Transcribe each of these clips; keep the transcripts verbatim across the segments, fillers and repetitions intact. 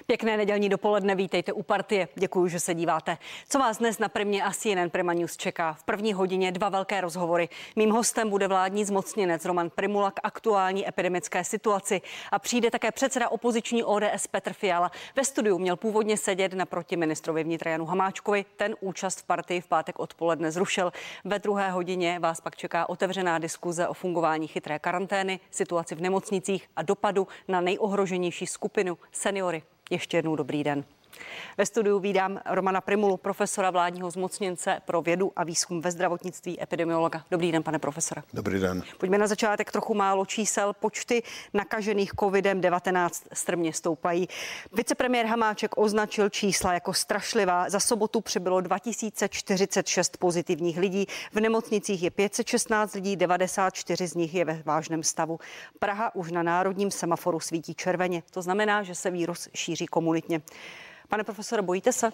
Pěkné nedělní dopoledne, vítejte u Partie. Děkuji, že se díváte. Co vás dnes na Primě a C N N Prima News čeká? V první hodině dva velké rozhovory. Mým hostem bude vládní zmocněnec Roman Prymula k aktuální epidemické situaci a přijde také předseda opoziční O D S Petr Fiala. Ve studiu měl původně sedět naproti ministrovi vnitra Janu Hamáčkovi. Ten účast v Partii v pátek odpoledne zrušil. Ve druhé hodině vás pak čeká otevřená diskuze o fungování chytré karantény, situaci v nemocnicích a dopadu na nejohroženější skupinu seniory. Ještě jednou dobrý den. Ve studiu vídám Romana Prymulu, profesora vládního zmocněnce pro vědu a výzkum ve zdravotnictví, epidemiologa. Dobrý den, pane profesore. Dobrý den. Pojďme na začátek trochu málo čísel. Počty nakažených covidem devatenáct strmě stoupají. Vicepremiér Hamáček označil čísla jako strašlivá. Za sobotu přibylo dva tisíce čtyřicet šest pozitivních lidí. V nemocnicích je pět set šestnáct lidí, devadesát čtyři z nich je ve vážném stavu. Praha už na národním semaforu svítí červeně. To znamená, že se virus šíří komunitně. Pane profesore, bojíte se?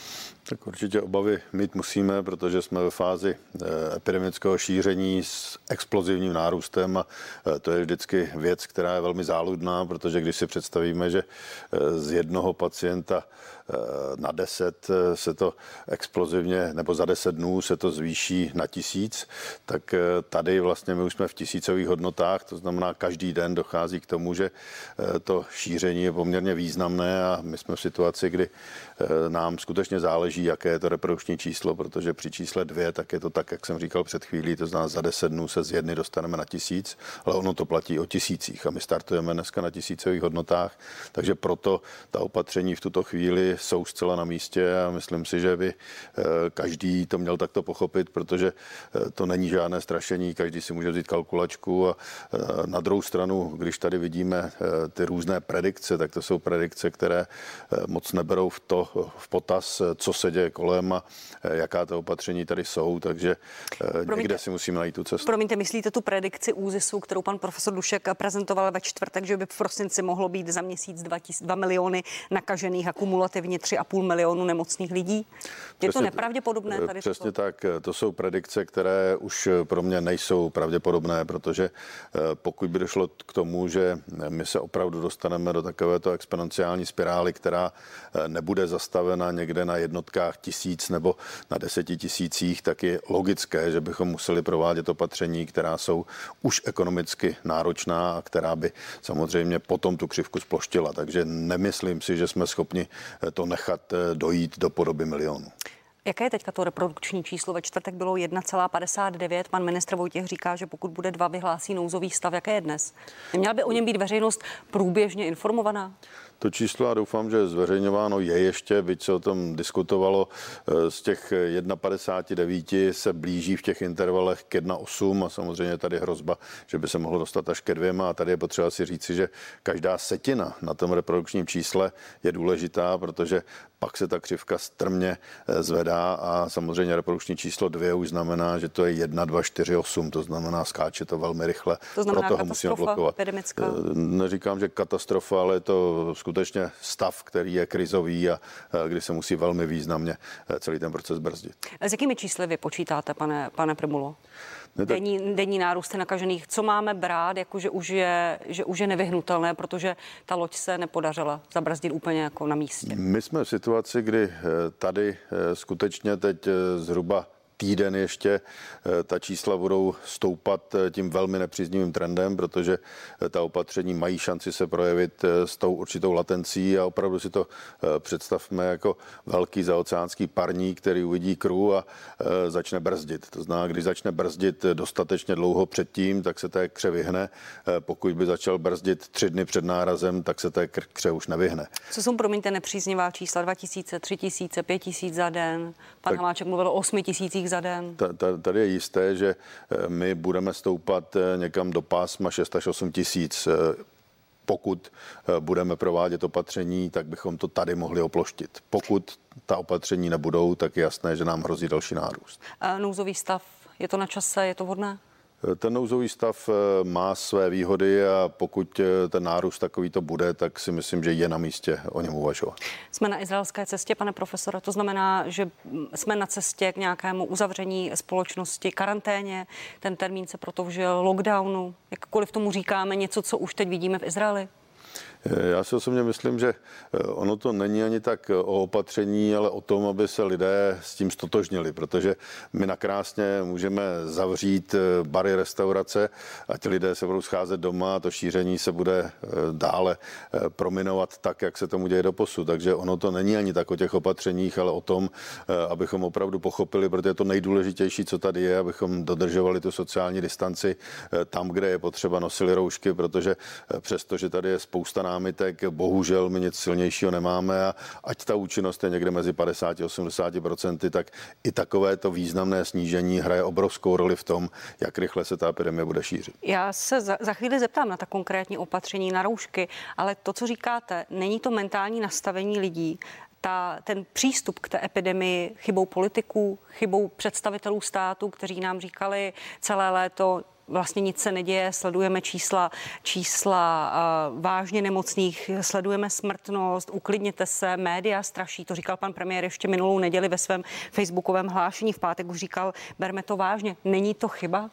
Tak určitě obavy mít musíme, protože jsme ve fázi epidemického šíření s explozivním nárůstem a to je vždycky věc, která je velmi záludná, protože když si představíme, že z jednoho pacienta na deset se to explozivně, nebo za deset dnů se to zvýší na tisíc, tak tady vlastně my už jsme v tisícových hodnotách, to znamená každý den dochází k tomu, že to šíření je poměrně významné a my jsme v situaci, kdy nám skutečně záleží, jaké je to reprodukční číslo, protože při čísle dvě, tak je to tak, jak jsem říkal před chvílí, to znamená za deset dnů se z jedny dostaneme na tisíc, ale ono to platí o tisících a my startujeme dneska na tisícových hodnotách, takže proto ta opatření v tuto chvíli jsou zcela na místě a myslím si, že by každý to měl takto pochopit, protože to není žádné strašení, každý si může vzít kalkulačku a na druhou stranu, když tady vidíme ty různé predikce, tak to jsou predikce, které moc neberou v to v potaz, co se děje kolem a jaká to opatření tady jsou, takže Promiňte, někde si musíme najít tu cestu. Promiňte, myslíte tu predikci ÚZISu, kterou pan profesor Dušek prezentoval ve čtvrtek, že by v prosinci mohlo být za měsíc dva miliony nakažených a kumulativně tři a půl milionu nemocných lidí? Je přesně, to nepravděpodobné? Tady přesně to? tak. To jsou predikce, které už pro mě nejsou pravděpodobné, protože pokud by došlo k tomu, že my se opravdu dostaneme do takovéto exponenciální spirály, která nebude zastavena někde na jednotkách tisíc nebo na deseti tisících, tak je logické, že bychom museli provádět opatření, která jsou už ekonomicky náročná a která by samozřejmě potom tu křivku sploštila. Takže nemyslím si, že jsme schopni to nechat dojít do podoby milionů. Jaké je teďka to reprodukční číslo? Ve čtvrtek bylo jedna celá padesát devět. Pan ministr Vojtěch říká, že pokud bude dva, vyhlásí nouzový stav. Jaké je dnes? Neměla by o něm být veřejnost průběžně informovaná? To číslo, já doufám, že zveřejňováno je ještě, byť se o tom diskutovalo, z těch padesát devět se blíží v těch intervalech k jedna celá osm a samozřejmě tady hrozba, že by se mohlo dostat až ke dvěma a tady je potřeba si říci, že každá setina na tom reprodukčním čísle je důležitá, protože pak se ta křivka strmě zvedá a samozřejmě reprodukční číslo dvě už znamená, že to je jedna, dva, čtyři, osm, to znamená skáče to velmi rychle. To znamená proto ho musíme blokovat. Epidemická. Neříkám, že katastrofa, ale je to skutečně stav, který je krizový a kdy se musí velmi významně celý ten proces brzdit. S jakými čísly vy počítáte, pane, pane Prymulo? Ne, tak... denní, denní nárůst nakažených. Co máme brát, jako že už je, že už je nevyhnutelné, protože ta loď se nepodařila zabrzdit úplně jako na místě? My jsme v situaci, kdy tady skutečně teď zhruba týden ještě ta čísla budou stoupat tím velmi nepříznivým trendem, protože ta opatření mají šanci se projevit s tou určitou latencí a opravdu si to představme jako velký zaoceánský parník, který uvidí kruh a začne brzdit. To znamená, když začne brzdit dostatečně dlouho předtím, tak se té kře vyhne. Pokud by začal brzdit tři dny před nárazem, tak se té kře už nevyhne. Co jsou, promiňte, nepříznivá čísla? dva tisíce, tři tisíce, pět tisíc za den? Pan tak... Hamáček mluvil o osmi tisících za den. Tady je jisté, že my budeme stoupat někam do pásma šest až osm tisíc. Pokud budeme provádět opatření, tak bychom to tady mohli oploštit. Pokud ta opatření nebudou, tak je jasné, že nám hrozí další nárůst. A nouzový stav, je to na čase, je to vhodné? Ten nouzový stav má své výhody a pokud ten nárůst takový to bude, tak si myslím, že je na místě o něm uvažovat. Jsme na izraelské cestě, pane profesore, to znamená, že jsme na cestě k nějakému uzavření společnosti, karanténě. Ten termín se proto vžil lockdownu. Jakkoliv tomu říkáme něco, co už teď vidíme v Izraeli? Já si osobně myslím, že ono to není ani tak o opatření, ale o tom, aby se lidé s tím stotožnili, protože my nakrásně můžeme zavřít bary, restaurace a ti lidé se budou scházet doma a to šíření se bude dále prominovat tak, jak se tomu děje doposud. Takže ono to není ani tak o těch opatřeních, ale o tom, abychom opravdu pochopili, protože to nejdůležitější, co tady je, abychom dodržovali tu sociální distanci tam, kde je potřeba, nosili roušky, protože přesto, že tady je spousta námitek, bohužel my nic silnějšího nemáme a ať ta účinnost je někde mezi padesát a osmdesát procenty, tak i takovéto významné snížení hraje obrovskou roli v tom, jak rychle se ta epidemie bude šířit. Já se za, za chvíli zeptám na ta konkrétní opatření, na roušky, ale to, co říkáte, není to mentální nastavení lidí, ta, ten přístup k té epidemii chybou politiků, chybou představitelů státu, kteří nám říkali celé léto, vlastně nic se neděje, sledujeme čísla, čísla uh, vážně nemocných, sledujeme smrtnost, uklidněte se, média straší, to říkal pan premiér ještě minulou neděli ve svém facebookovém hlášení, v pátek už říkal, berme to vážně, není to chyba?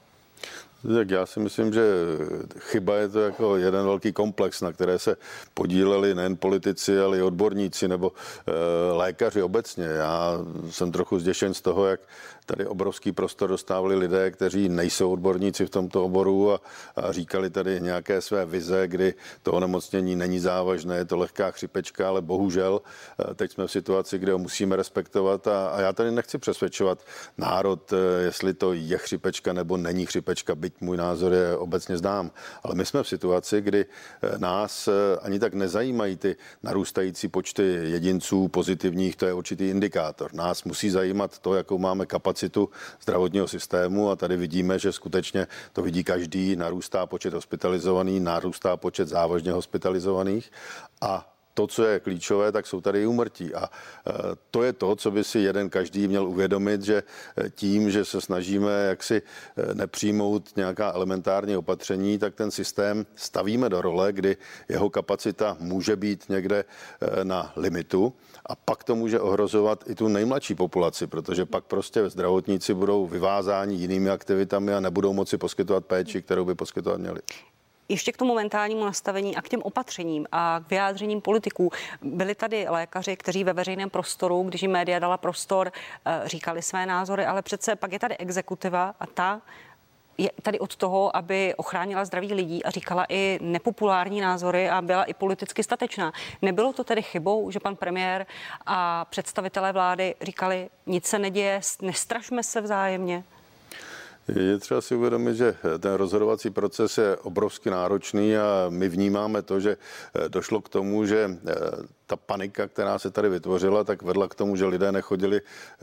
Tak já si myslím, že chyba je to jako jeden velký komplex, na které se podíleli nejen politici, ale i odborníci nebo e, lékaři obecně. Já jsem trochu zděšen z toho, jak tady obrovský prostor dostávali lidé, kteří nejsou odborníci v tomto oboru a, a říkali tady nějaké své vize, kdy to onemocnění není závažné, je to lehká chřipečka, ale bohužel teď jsme v situaci, kde ho musíme respektovat a, a já tady nechci přesvědčovat národ, jestli to je chřipečka nebo není chřipečka, byť můj názor je obecně znám, ale my jsme v situaci, kdy nás ani tak nezajímají ty narůstající počty jedinců pozitivních, to je určitý indikátor. Nás musí zajímat to, jakou máme kapacitu zdravotního systému a tady vidíme, že skutečně to vidí každý, narůstá počet hospitalizovaných, narůstá počet závažně hospitalizovaných a to, co je klíčové, tak jsou tady i úmrtí. A to je to, co by si jeden každý měl uvědomit, že tím, že se snažíme jaksi nepřijmout nějaká elementární opatření, tak ten systém stavíme do role, kdy jeho kapacita může být někde na limitu a pak to může ohrozovat i tu nejmladší populaci, protože pak prostě zdravotníci budou vyvázáni jinými aktivitami a nebudou moci poskytovat péči, kterou by poskytovat měli. Ještě k tomu mentálnímu nastavení a k těm opatřením a k vyjádřením politiků. Byli tady lékaři, kteří ve veřejném prostoru, když jim média dala prostor, říkali své názory, ale přece pak je tady exekutiva a ta je tady od toho, aby ochránila zdraví lidí a říkala i nepopulární názory a byla i politicky statečná. Nebylo to tedy chybou, že pan premiér a představitelé vlády říkali, nic se neděje, nestrašme se vzájemně? Je třeba si uvědomit, že ten rozhodovací proces je obrovsky náročný a my vnímáme to, že došlo k tomu, že ta panika, která se tady vytvořila, tak vedla k tomu, že lidé nechodili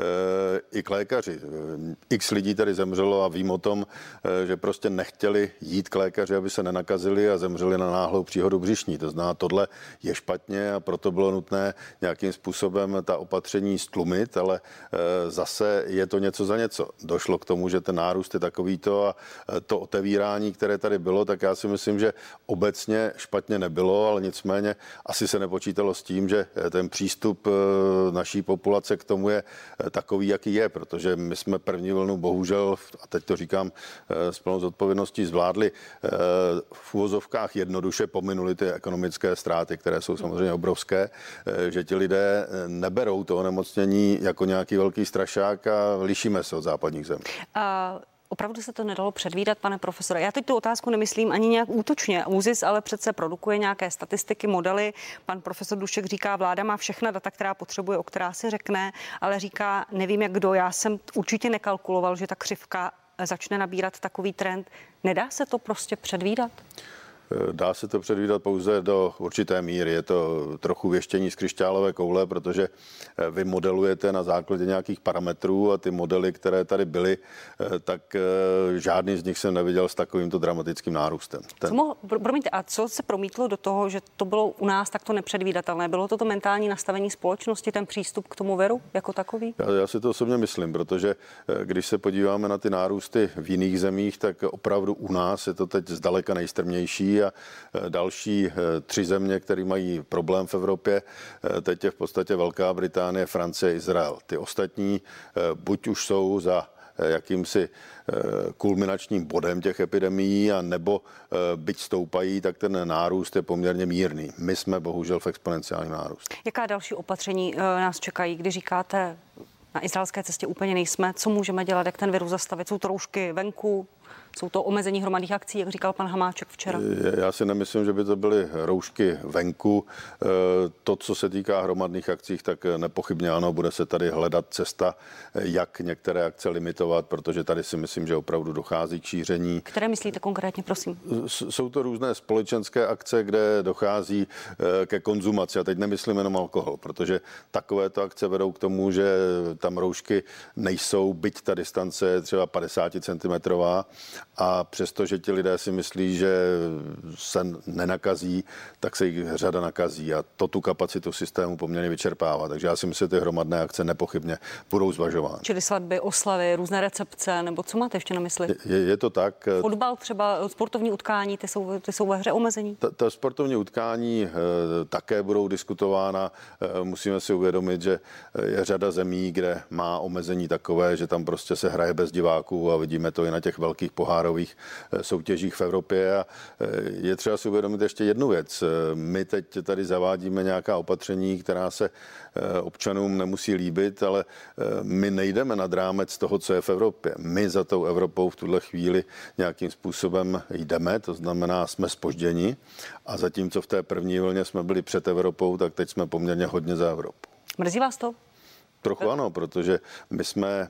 e, i k lékaři. X lidí tady zemřelo a vím o tom, e, že prostě nechtěli jít k lékaři, aby se nenakazili a zemřeli na náhlou příhodu břišní. To znamená, tohle je špatně a proto bylo nutné nějakým způsobem ta opatření stlumit, ale e, zase je to něco za něco. Došlo k tomu, že ten nárůst je takovýto a to otevírání, které tady bylo, tak já si myslím, že obecně špatně nebylo, ale nicméně asi se nepočítalo s tím, tím, že ten přístup naší populace k tomu je takový, jaký je, protože my jsme první vlnu bohužel, a teď to říkám s plnou zodpovědností, zvládli v uvozovkách jednoduše, pominuli ty ekonomické ztráty, které jsou samozřejmě obrovské, že ti lidé neberou to onemocnění jako nějaký velký strašák a lišíme se od západních zemí. A opravdu se to nedalo předvídat, pane profesore? Já teď tu otázku nemyslím ani nějak útočně. ÚZIS ale přece produkuje nějaké statistiky, modely. Pan profesor Dušek říká, vláda má všechna data, která potřebuje, o která si řekne, ale říká, nevím jak kdo, já jsem určitě nekalkuloval, že ta křivka začne nabírat takový trend. Nedá se to prostě předvídat? Dá se to předvídat pouze do určité míry. Je to trochu věštění z křišťálové koule, protože vy modelujete na základě nějakých parametrů a ty modely, které tady byly, tak žádný z nich jsem neviděl s takovýmto dramatickým nárůstem. Ten... Co mohl, promiňte, a co se promítlo do toho, že to bylo u nás takto nepředvídatelné? Bylo to to mentální nastavení společnosti, ten přístup k tomu viru jako takový? Já, já si to osobně myslím, protože když se podíváme na ty nárůsty v jiných zemích, tak opravdu u nás je to teď zdaleka nejstrmější a další tři země, které mají problém v Evropě, teď je v podstatě Velká Británie, Francie, Izrael. Ty ostatní buď už jsou za jakýmsi kulminačním bodem těch epidemií, a nebo byť stoupají, tak ten nárůst je poměrně mírný. My jsme bohužel v exponenciálním nárůstu. Jaká další opatření nás čekají, když říkáte, na izraelské cestě úplně nejsme? Co můžeme dělat, jak ten virus zastavit? Jsou to roušky venku? Jsou to omezení hromadných akcí, jak říkal pan Hamáček včera? Já si nemyslím, že by to byly roušky venku. To, co se týká hromadných akcí, tak nepochybně ano, bude se tady hledat cesta, jak některé akce limitovat, protože tady si myslím, že opravdu dochází k šíření. Které myslíte konkrétně, prosím? Jsou to různé společenské akce, kde dochází ke konzumaci. A teď nemyslím jenom alkohol, protože takovéto akce vedou k tomu, že tam roušky nejsou, byť ta distance je třeba padesát centimetrů. A přestože ti lidé si myslí, že se nenakazí, tak se jich řada nakazí a to tu kapacitu systému poměrně vyčerpává. Takže já si myslím, že ty hromadné akce nepochybně budou zvažovány. Čili svatby, oslavy, různé recepce, nebo co máte ještě na mysli? Je, je to tak. Fotbal třeba, sportovní utkání, ty jsou, ty jsou ve hře omezení? Ta, ta sportovní utkání e, také budou diskutována. E, musíme si uvědomit, že je řada zemí, kde má omezení takové, že tam prostě se hraje bez diváků a vidíme to i na těch velkých pohárových soutěžích v Evropě. A je třeba si uvědomit ještě jednu věc. My teď tady zavádíme nějaká opatření, která se občanům nemusí líbit, ale my nejdeme nad rámec toho, co je v Evropě. My za tou Evropou v tuhle chvíli nějakým způsobem jdeme, to znamená, jsme zpožděni, a zatímco v té první vlně jsme byli před Evropou, tak teď jsme poměrně hodně za Evropou. Mrzí vás to? Trochu ano, protože my jsme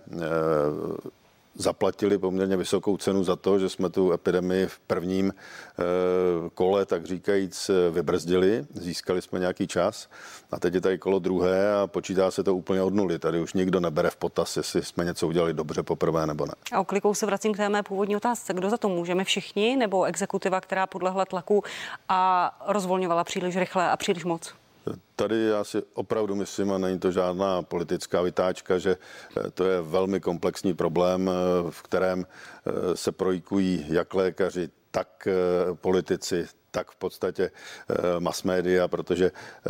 zaplatili poměrně vysokou cenu za to, že jsme tu epidemii v prvním kole, tak říkajíc, vybrzdili. Získali jsme nějaký čas a teď je tady kolo druhé a počítá se to úplně od nuly. Tady už nikdo nebere v potaz, jestli jsme něco udělali dobře poprvé nebo ne. A oklikou se vracím k té mé původní otázce. Kdo za to může? My všichni nebo exekutiva, která podlehla tlaku a rozvolňovala příliš rychle a příliš moc? Tady já si opravdu myslím, a není to žádná politická vytáčka, že to je velmi komplexní problém, v kterém se projikují jak lékaři, tak politici, tak v podstatě mass media, protože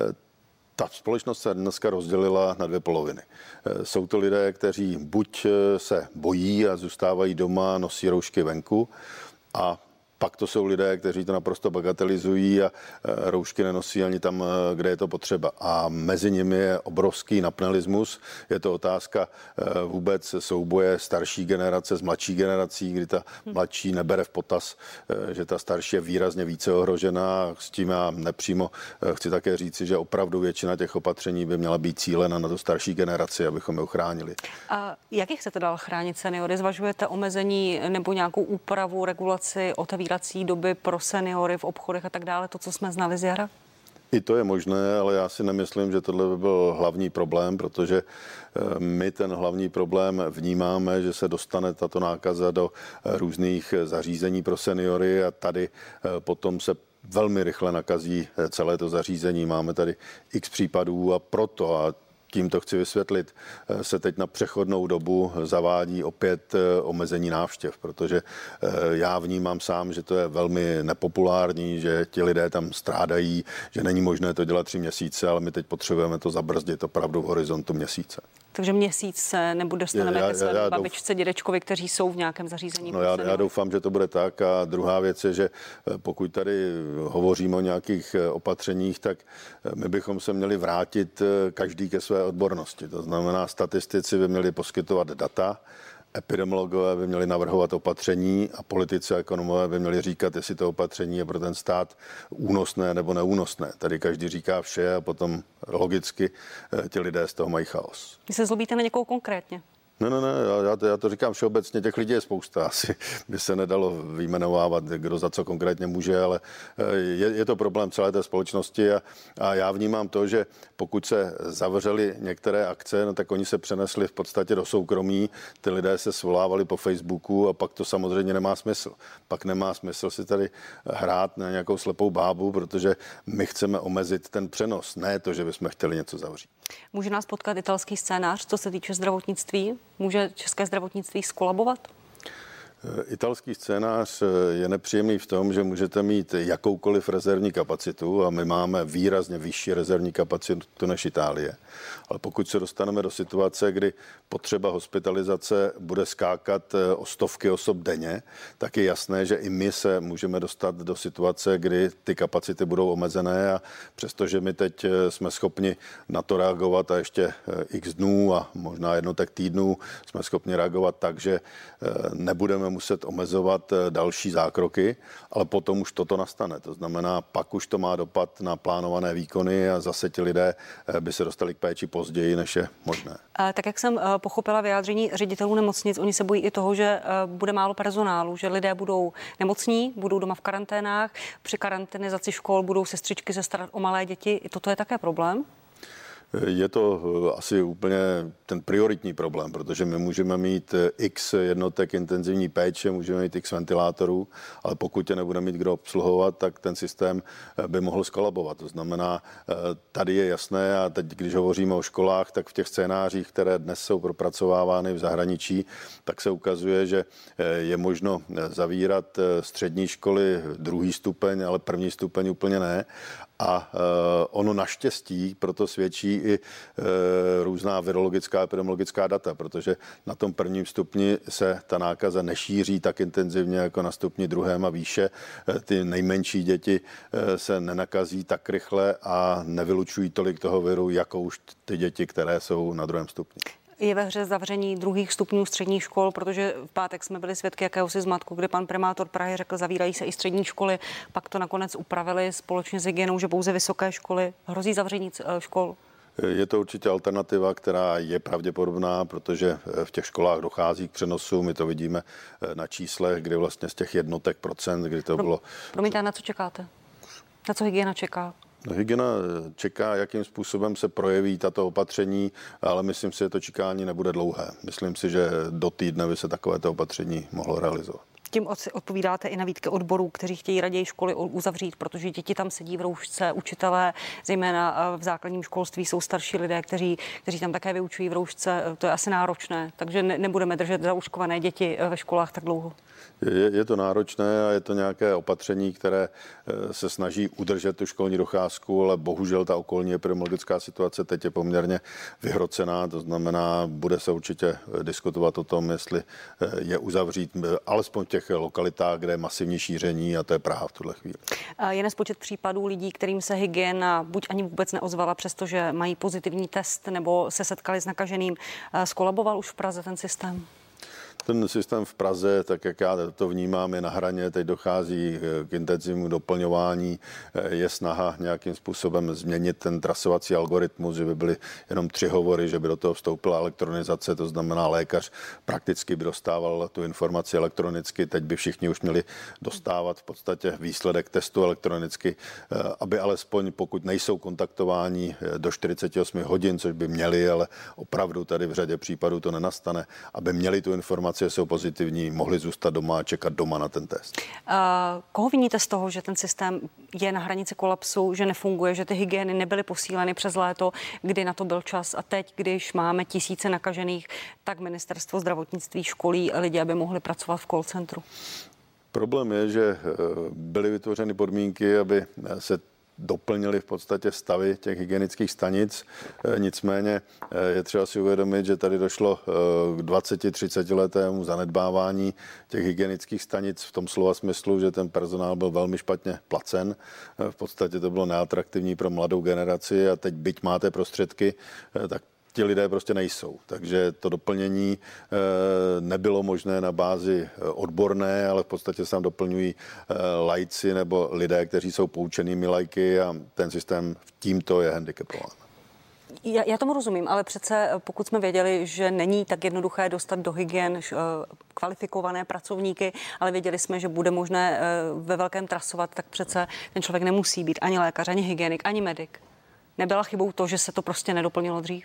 ta společnost se dneska rozdělila na dvě poloviny. Jsou to lidé, kteří buď se bojí a zůstávají doma, nosí roušky venku, a pak to jsou lidé, kteří to naprosto bagatelizují a roušky nenosí ani tam, kde je to potřeba. A mezi nimi je obrovský napnelismus. Je to otázka vůbec souboje starší generace s mladší generací, kdy ta mladší nebere v potaz, že ta starší je výrazně více ohrožená. S tím já nepřímo chci také říci, že opravdu většina těch opatření by měla být cílena na tu starší generaci, abychom je ochránili. A jak je chcete dál chránit seniory? Zvažujete omezení nebo nějakou úpravu, regulaci, otevírat doby pro seniory v obchodech a tak dále, to, co jsme znali z jara? I to je možné, ale já si nemyslím, že tohle by byl hlavní problém, protože my ten hlavní problém vnímáme, že se dostane tato nákaza do různých zařízení pro seniory a tady potom se velmi rychle nakazí celé to zařízení. Máme tady x případů a proto, a tím to chci vysvětlit, se teď na přechodnou dobu zavádí opět omezení návštěv, protože já vnímám sám, že to je velmi nepopulární, že ti lidé tam strádají, že není možné to dělat tři měsíce, ale my teď potřebujeme to zabrzdit opravdu v horizontu měsíce. Takže měsíc se nedostaneme ke své babičce, dědečkovi, kteří jsou v nějakém zařízení. No já, já doufám, že to bude tak. A druhá věc je, že pokud tady hovoříme o nějakých opatřeních, tak my bychom se měli vrátit každý ke své odbornosti. To znamená, statistici by měli poskytovat data, epidemiologové by měli navrhovat opatření a politici a ekonomové by měli říkat, jestli to opatření je pro ten stát únosné nebo neúnosné. Tady každý říká vše a potom logicky ti lidé z toho mají chaos. Vy se zlobíte na někoho konkrétně? Ne, ne, ne, já to, já to říkám všeobecně, těch lidí je spousta, asi by se nedalo vyjmenovávat, kdo za co konkrétně může, ale je, je to problém celé té společnosti a, a já vnímám to, že pokud se zavřely některé akce, no tak oni se přenesli v podstatě do soukromí, ty lidé se svolávali po Facebooku a pak to samozřejmě nemá smysl. Pak nemá smysl si tady hrát na nějakou slepou bábu, protože my chceme omezit ten přenos, ne to, že bychom chtěli něco zavřít. Může nás potkat italský scénář, co se týče zdravotnictví? Může české zdravotnictví skolabovat? Italský scénář je nepříjemný v tom, že můžete mít jakoukoliv rezervní kapacitu a my máme výrazně vyšší rezervní kapacitu než Itálie. Ale pokud se dostaneme do situace, kdy potřeba hospitalizace bude skákat o stovky osob denně, tak je jasné, že i my se můžeme dostat do situace, kdy ty kapacity budou omezené a přestože my teď jsme schopni na to reagovat a ještě x dnů a možná jednotek týdnů jsme schopni reagovat tak, že nebudeme muset omezovat další zákroky, ale potom už toto nastane. To znamená, pak už to má dopad na plánované výkony a zase ti lidé by se dostali k péči později, než je možné. Tak jak jsem pochopila vyjádření ředitelů nemocnic, oni se bojí i toho, že bude málo personálu, že lidé budou nemocní, budou doma v karanténách, při karanténizaci škol budou sestřičky se starat o malé děti. I toto je také problém? Je to asi úplně ten prioritní problém, protože my můžeme mít x jednotek intenzivní péče, můžeme mít x ventilátorů, ale pokud je nebude mít kdo obsluhovat, tak ten systém by mohl skolabovat. To znamená, tady je jasné, a teď, když hovoříme o školách, tak v těch scénářích, které dnes jsou propracovávány v zahraničí, tak se ukazuje, že je možno zavírat střední školy druhý stupeň, ale první stupeň úplně ne. A ono naštěstí proto svědčí i různá virologická, epidemiologická data, protože na tom prvním stupni se ta nákaza nešíří tak intenzivně jako na stupni druhém a výše. Ty nejmenší děti se nenakazí tak rychle a nevylučují tolik toho viru, jako už ty děti, které jsou na druhém stupni. Je ve hře zavření druhých stupňů středních škol, protože v pátek jsme byli svědky jakéhosi zmatku, kdy pan primátor Prahy řekl, zavírají se i střední školy, pak to nakonec upravili společně s hygienou, že pouze vysoké školy. Hrozí zavření škol? Je to určitě alternativa, která je pravděpodobná, protože v těch školách dochází k přenosu. My to vidíme na číslech, kdy vlastně z těch jednotek procent, kdy to Pro, bylo... Promiňte, na co čekáte? Na co hygiena čeká? No, hygiena čeká, jakým způsobem se projeví tato opatření, ale myslím si, že to čekání nebude dlouhé. Myslím si, že do týdne by se takovéto opatření mohlo realizovat. Tím odpovídáte i na výtky odborů, kteří chtějí raději školy uzavřít, protože děti tam sedí v roušce, učitelé, zejména v základním školství jsou starší lidé, kteří, kteří tam také vyučují v roušce. To je asi náročné, takže ne, nebudeme držet zaočkované děti ve školách tak dlouho. Je, je to náročné a je to nějaké opatření, které se snaží udržet tu školní docházku, ale bohužel ta okolní epidemiologická situace teď je poměrně vyhrocená, to znamená, bude se určitě diskutovat o tom, jestli je uzavřít alespoň v těch lokalitách, kde je masivní šíření, a to je Praha v tuhle chvíli. Je nespočet případů lidí, kterým se hygiena buď ani vůbec neozvala, přestože mají pozitivní test nebo se setkali s nakaženým. Skolaboval už v Praze ten systém? Ten systém v Praze, tak jak já to vnímám, je na hraně, teď dochází k intenzivnímu doplňování, je snaha nějakým způsobem změnit ten trasovací algoritmus, že by byly jenom tři hovory, že by do toho vstoupila elektronizace, to znamená lékař prakticky by dostával tu informaci elektronicky, teď by všichni už měli dostávat v podstatě výsledek testu elektronicky, aby alespoň pokud nejsou kontaktováni do čtyřicet osm hodin, což by měli, ale opravdu tady v řadě případů to nenastane, aby měli tu informaci, jsou pozitivní, mohli zůstat doma a čekat doma na ten test. Uh, koho viníte z toho, že ten systém je na hranici kolapsu, že nefunguje, že ty hygieny nebyly posíleny přes léto, kdy na to byl čas, a teď, když máme tisíce nakažených, tak ministerstvo zdravotnictví školí lidi, aby mohli pracovat v call centru? Problém je, že byly vytvořeny podmínky, aby se doplnili v podstatě stavy těch hygienických stanic. Nicméně je třeba si uvědomit, že tady došlo k dvaceti třiceti letému zanedbávání těch hygienických stanic v tom slova smyslu, že ten personál byl velmi špatně placen. V podstatě to bylo neatraktivní pro mladou generaci a teď, byť máte prostředky, tak ti lidé prostě nejsou. Takže to doplnění nebylo možné na bázi odborné, ale v podstatě se tam doplňují laici nebo lidé, kteří jsou poučenými laiky, a ten systém tímto je handicapován. Já, já tomu rozumím, ale přece pokud jsme věděli, že není tak jednoduché dostat do hygien kvalifikované pracovníky, ale věděli jsme, že bude možné ve velkém trasovat, tak přece ten člověk nemusí být ani lékař, ani hygienik, ani medic. Nebyla chybou to, že se to prostě nedoplnilo dřív?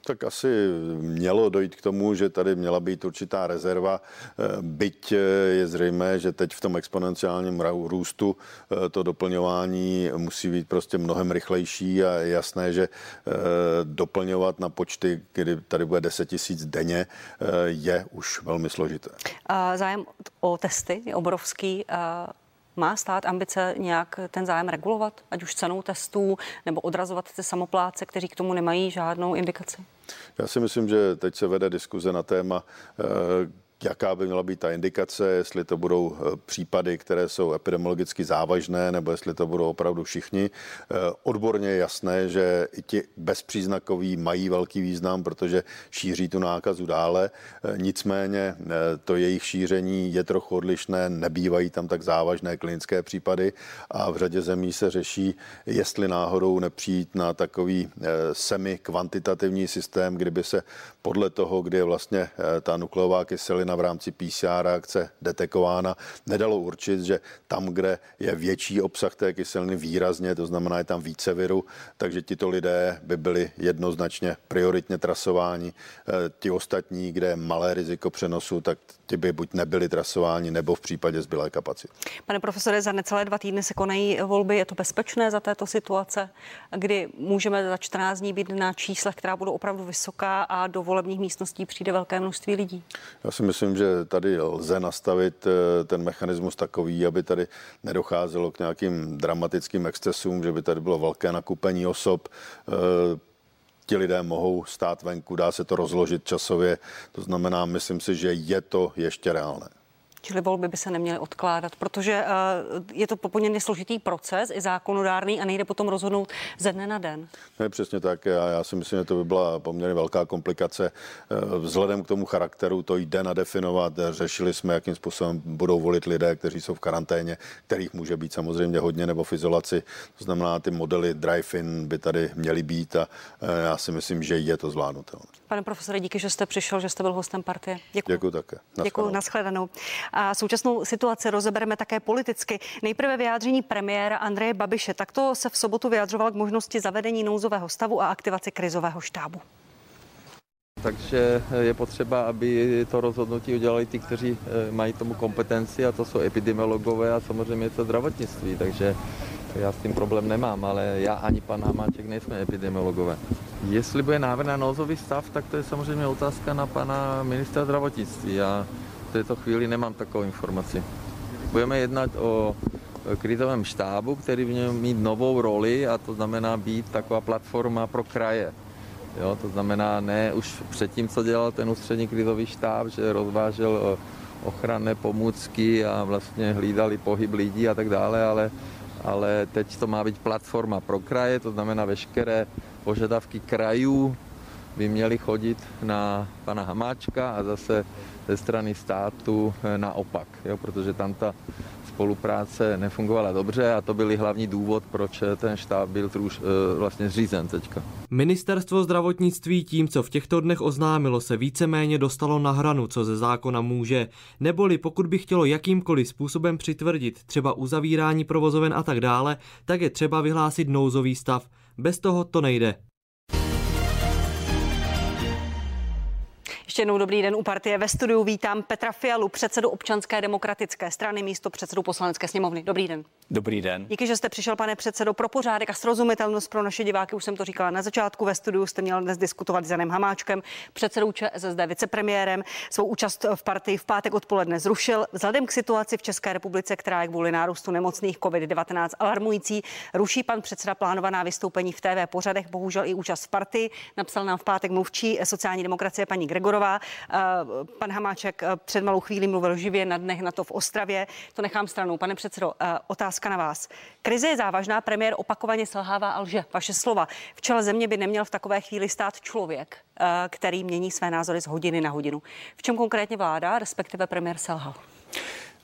Tak asi mělo dojít k tomu, že tady měla být určitá rezerva, byť je zřejmé, že teď v tom exponenciálním růstu to doplňování musí být prostě mnohem rychlejší a je jasné, že doplňovat na počty, kdy tady bude deset tisíc denně, je už velmi složité. Zájem o testy je obrovský. Má stát ambice nějak ten zájem regulovat, ať už cenou testů, nebo odrazovat ty samopláce, kteří k tomu nemají žádnou indikaci? Já si myslím, že teď se vede diskuze na téma, jaká by měla být ta indikace, jestli to budou případy, které jsou epidemiologicky závažné, nebo jestli to budou opravdu všichni. Odborně je jasné, že i ti bezpříznakoví mají velký význam, protože šíří tu nákazu dále. Nicméně to jejich šíření je trochu odlišné, nebývají tam tak závažné klinické případy a v řadě zemí se řeší, jestli náhodou nepřijít na takový semi-kvantitativní systém, kdyby se podle toho, kdy je vlastně ta nukleová kyselina v rámci P C R akce detekována, nedalo určit, že tam, kde je větší obsah té kyseliny výrazně, to znamená, je tam více viru, takže tito lidé by byli jednoznačně prioritně trasováni. Ti ostatní, kde je malé riziko přenosu, tak ti by buď nebyli trasováni, nebo v případě zbylé kapacity. Pane profesore, za necelé dva týdny se konají volby. Je to bezpečné za této situace, kdy můžeme za čtrnáct dní být na číslech, která budou opravdu vysoká a do volebních místností přijde velké množství lidí? Já si myslím, že tady lze nastavit ten mechanismus takový, aby tady nedocházelo k nějakým dramatickým excesům, že by tady bylo velké nakupení osob. Ti lidé mohou stát venku, dá se to rozložit časově. To znamená, myslím si, že je to ještě reálné. Čili volby by se neměly odkládat, protože uh, je to poměrně složitý proces, i zákonodárný a nejde potom rozhodnout ze dne na den. Ne, přesně tak. Já, já si myslím, že to by byla poměrně velká komplikace. Vzhledem k tomu charakteru to jde nadefinovat. Řešili jsme, jakým způsobem budou volit lidé, kteří jsou v karanténě, kterých může být samozřejmě hodně, nebo v izolaci. To znamená, ty modely drive-in by tady měly být a já si myslím, že je to zvládnutelné. Pane profesore, díky, že jste přišel, že jste byl hostem Partie. Děkuji. Děkuji také. Děkuji, nashledanou. A současnou situaci rozebereme také politicky. Nejprve vyjádření premiéra Andreje Babiše. Takto se v sobotu vyjadřoval k možnosti zavedení nouzového stavu a aktivaci krizového štábu. Takže je potřeba, aby to rozhodnutí udělali ti, kteří mají tomu kompetenci, a to jsou epidemiologové a samozřejmě to zdravotnictví. Takže já s tím problém nemám, ale já ani pan Hamáček nejsme epidemiologové. Jestli bude návrh na nouzový stav, tak to je samozřejmě otázka na pana ministra zdravotnictví. Já v této chvíli nemám takovou informaci. Budeme jednat o krizovém štábu, který by mít novou roli, a to znamená být taková platforma pro kraje. Jo, to znamená ne už předtím, co dělal ten ústřední krizový štáb, že rozvážel ochranné pomůcky a vlastně hlídali pohyb lidí a tak dále, ale, ale teď to má být platforma pro kraje, to znamená veškeré požadavky krajů by měly chodit na pana Hamáčka a zase ze strany státu naopak, jo, protože tam ta spolupráce nefungovala dobře a to byl hlavní důvod, proč ten štáb byl trůž, vlastně zřízen teďka. Ministerstvo zdravotnictví tím, co v těchto dnech oznámilo, se víceméně dostalo na hranu, co ze zákona může. Neboli pokud by chtělo jakýmkoliv způsobem přitvrdit třeba uzavírání provozoven a tak dále, tak je třeba vyhlásit nouzový stav. Bez toho to nejde. Ještě jednou dobrý den u Partie. Ve studiu vítám Petra Fialu, předsedu Občanské demokratické strany, místo předsedu Poslanecké sněmovny. Dobrý den. Dobrý den. Díky, že jste přišel, pane předsedo. Pro pořádek a srozumitelnost pro naše diváky, už jsem to říkala na začátku, ve studiu jste měl dnes diskutovat s Janem Hamáčkem, předsedou ČSSD, vicepremiérem. Svou účast v Partii v pátek odpoledne zrušil. Vzhledem k situaci v České republice, která je kvůli nárůstu nemocných covid devatenáct alarmující, ruší pan předseda plánovaná vystoupení v T V pořadech, bohužel i účast v Partii. Napsal nám v pátek mluvčí sociální demokracie paní Gregorová. Pan Hamáček před malou chvílí mluvil živě na dnech NATO v Ostravě. To nechám stranou. Pane předsedo, otázka na vás. Krize je závažná, premiér opakovaně selhává a lže. Vaše slova. V čele země by neměl v takové chvíli stát člověk, který mění své názory z hodiny na hodinu. V čem konkrétně vláda, respektive premiér, selhal?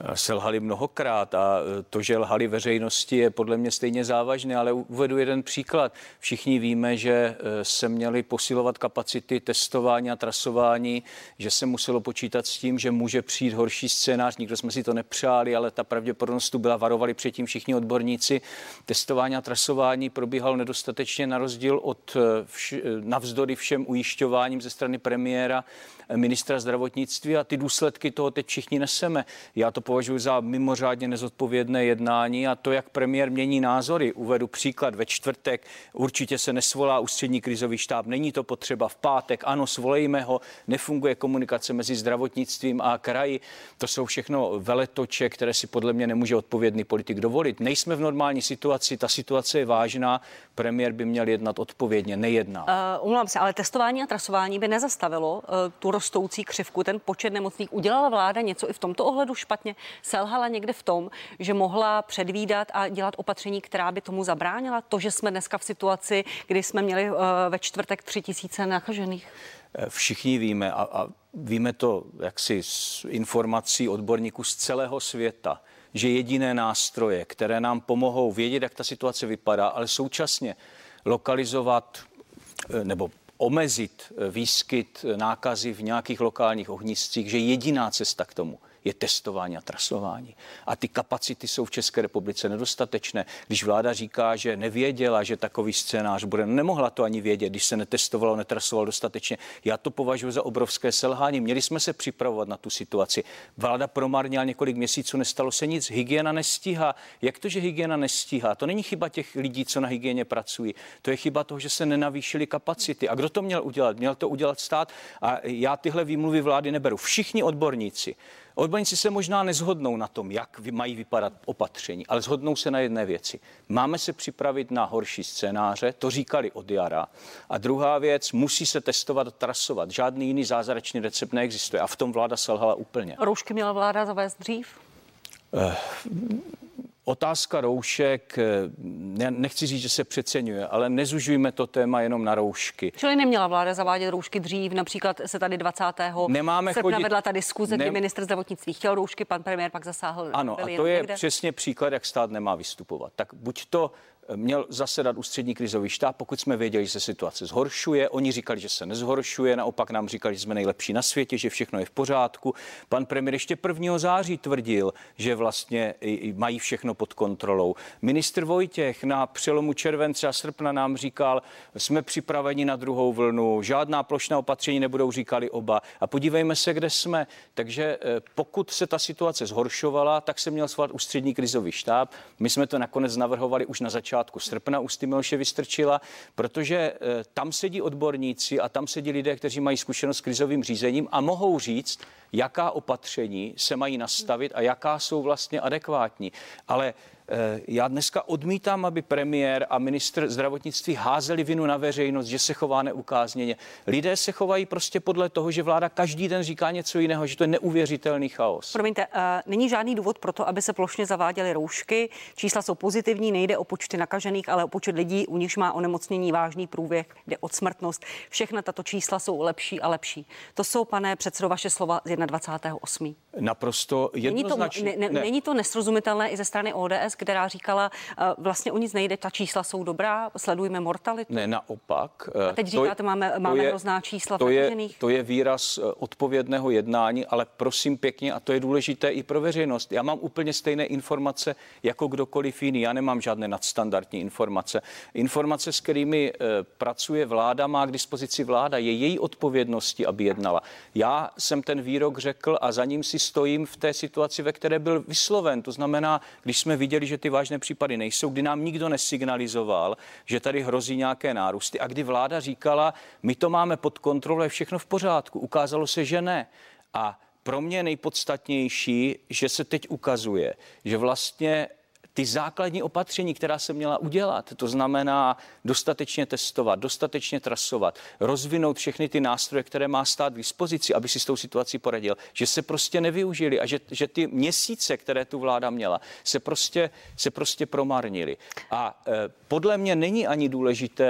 Selhali mnohokrát a to, že lhali veřejnosti, je podle mě stejně závažné, ale uvedu jeden příklad. Všichni víme, že se měly posilovat kapacity testování a trasování, že se muselo počítat s tím, že může přijít horší scénář. Nikdo jsme si to nepřáli, ale ta pravděpodobnost tu byla, varovali předtím všichni odborníci. Testování a trasování probíhalo nedostatečně na rozdíl od vš- navzdory všem ujišťováním ze strany premiéra, ministra zdravotnictví a ty důsledky toho teď všichni neseme. Já to považuji za mimořádně nezodpovědné jednání a to, jak premiér mění názory. Uvedu příklad. Ve čtvrtek určitě se nesvolá ústřední krizový štáb, není to potřeba. V pátek ano, svolejme ho, nefunguje komunikace mezi zdravotnictvím a kraji. To jsou všechno veletoče, které si podle mě nemůže odpovědný politik dovolit. Nejsme v normální situaci, ta situace je vážná, premiér by měl jednat odpovědně, nejedná. Uh, umlám se, ale testování a trasování by nezastavilo uh, tu rostoucí křivku, ten počet nemocných. Udělala vláda něco i v tomto ohledu špatně? Selhala někde v tom, že mohla předvídat a dělat opatření, která by tomu zabránila? To, že jsme dneska v situaci, kdy jsme měli uh, ve čtvrtek tři tisíce nakažených? Všichni víme a, a víme to jaksi z informací odborníků z celého světa, že jediné nástroje, které nám pomohou vědět, jak ta situace vypadá, ale současně lokalizovat nebo omezit výskyt nákazy v nějakých lokálních ohniscích, že jediná cesta k tomu je testování a trasování. A ty kapacity jsou v České republice nedostatečné. Když vláda říká, že nevěděla, že takový scénář bude, nemohla to ani vědět, když se netestovalo, netrasovalo dostatečně. Já to považuji za obrovské selhání. Měli jsme se připravovat na tu situaci. Vláda promarnila několik měsíců, nestalo se nic. Hygiena nestíhá. Jak to, že hygiena nestíhá? To není chyba těch lidí, co na hygieně pracují. To je chyba toho, že se nenavýšily kapacity. A kdo to měl udělat? Měl to udělat stát. A já tyhle výmluvy vlády neberu. Všichni odborníci Odborníci se možná nezhodnou na tom, jak mají vypadat opatření, ale shodnou se na jedné věci. Máme se připravit na horší scénáře, to říkali od jara. A druhá věc, musí se testovat a trasovat. Žádný jiný zázračný recept neexistuje a v tom vláda selhala úplně. Roušky měla vláda zavést dřív? Eh, Otázka roušek, nechci říct, že se přeceňuje, ale nezužujme to téma jenom na roušky. Čili neměla vláda zavádět roušky dřív, například se tady dvacátého Nemáme srpna chodit... vedla ta diskuze, ne... kdy ministr zdravotnictví chtěl roušky, pan premiér pak zasáhl. Ano, a to je někde. Přesně příklad, jak stát nemá vystupovat. Tak buď to měl zasedat ústřední krizový štáb, pokud jsme věděli, že se situace zhoršuje. Oni říkali, že se nezhoršuje, naopak nám říkali, že jsme nejlepší na světě, že všechno je v pořádku. Pan premiér ještě prvního září tvrdil, že vlastně mají všechno pod kontrolou. Ministr Vojtěch na přelomu července a srpna nám říkal, jsme připraveni na druhou vlnu, žádná plošná opatření nebudou, říkali oba. A podívejme se, kde jsme. Takže pokud se ta situace zhoršovala, tak se měl svolat ústřední krizový štáb. My jsme to nakonec navrhovali už na začátku srpna ústy Miloše Vystrčila, protože tam sedí odborníci a tam sedí lidé, kteří mají zkušenost s krizovým řízením a mohou říct, jaká opatření se mají nastavit a jaká jsou vlastně adekvátní. Ale já dneska odmítám, aby premiér a ministr zdravotnictví házeli vinu na veřejnost, že se chová neukázněně. Lidé se chovají prostě podle toho, že vláda každý den říká něco jiného, že to je neuvěřitelný chaos. Promiňte, uh, není žádný důvod pro to, aby se plošně zaváděly roušky. Čísla jsou pozitivní, nejde o počty nakažených, ale o počet lidí, u nichž má onemocnění vážný průběh, jde o smrtnost. Všechna tato čísla jsou lepší a lepší. To jsou, pane předsedo, vaše slova z dvacátého prvního osmého Naprosto jednoznačně. Není to, ne, ne, není to nesrozumitelné i ze strany O D S, která říkala, uh, vlastně o nic nejde, ta čísla jsou dobrá, sledujme mortalitu? Ne, naopak. A teď říkáte, to, máme, máme hrozná čísla to je, nakažených. To je výraz odpovědného jednání, ale prosím pěkně, a to je důležité i pro veřejnost. Já mám úplně stejné informace jako kdokoliv jiný. Já nemám žádné nadstandardní informace. Informace, s kterými uh, pracuje vláda, má k dispozici vláda. Je její odpovědnosti, aby jednala. Já jsem ten výrok řekl a za ním si stojím v té situaci, ve které byl vysloven. To znamená, když jsme viděli, že ty vážné případy nejsou, kdy nám nikdo nesignalizoval, že tady hrozí nějaké nárůsty a kdy vláda říkala, my to máme pod kontrolou, je všechno v pořádku. Ukázalo se, že ne. A pro mě nejpodstatnější, že se teď ukazuje, že vlastně ty základní opatření, která se měla udělat, to znamená dostatečně testovat, dostatečně trasovat, rozvinout všechny ty nástroje, které má stát k dispozici, aby si s tou situací poradil, že se prostě nevyužili a že, že ty měsíce, které tu vláda měla, se prostě, se prostě promarnily. A e, podle mě není ani důležité,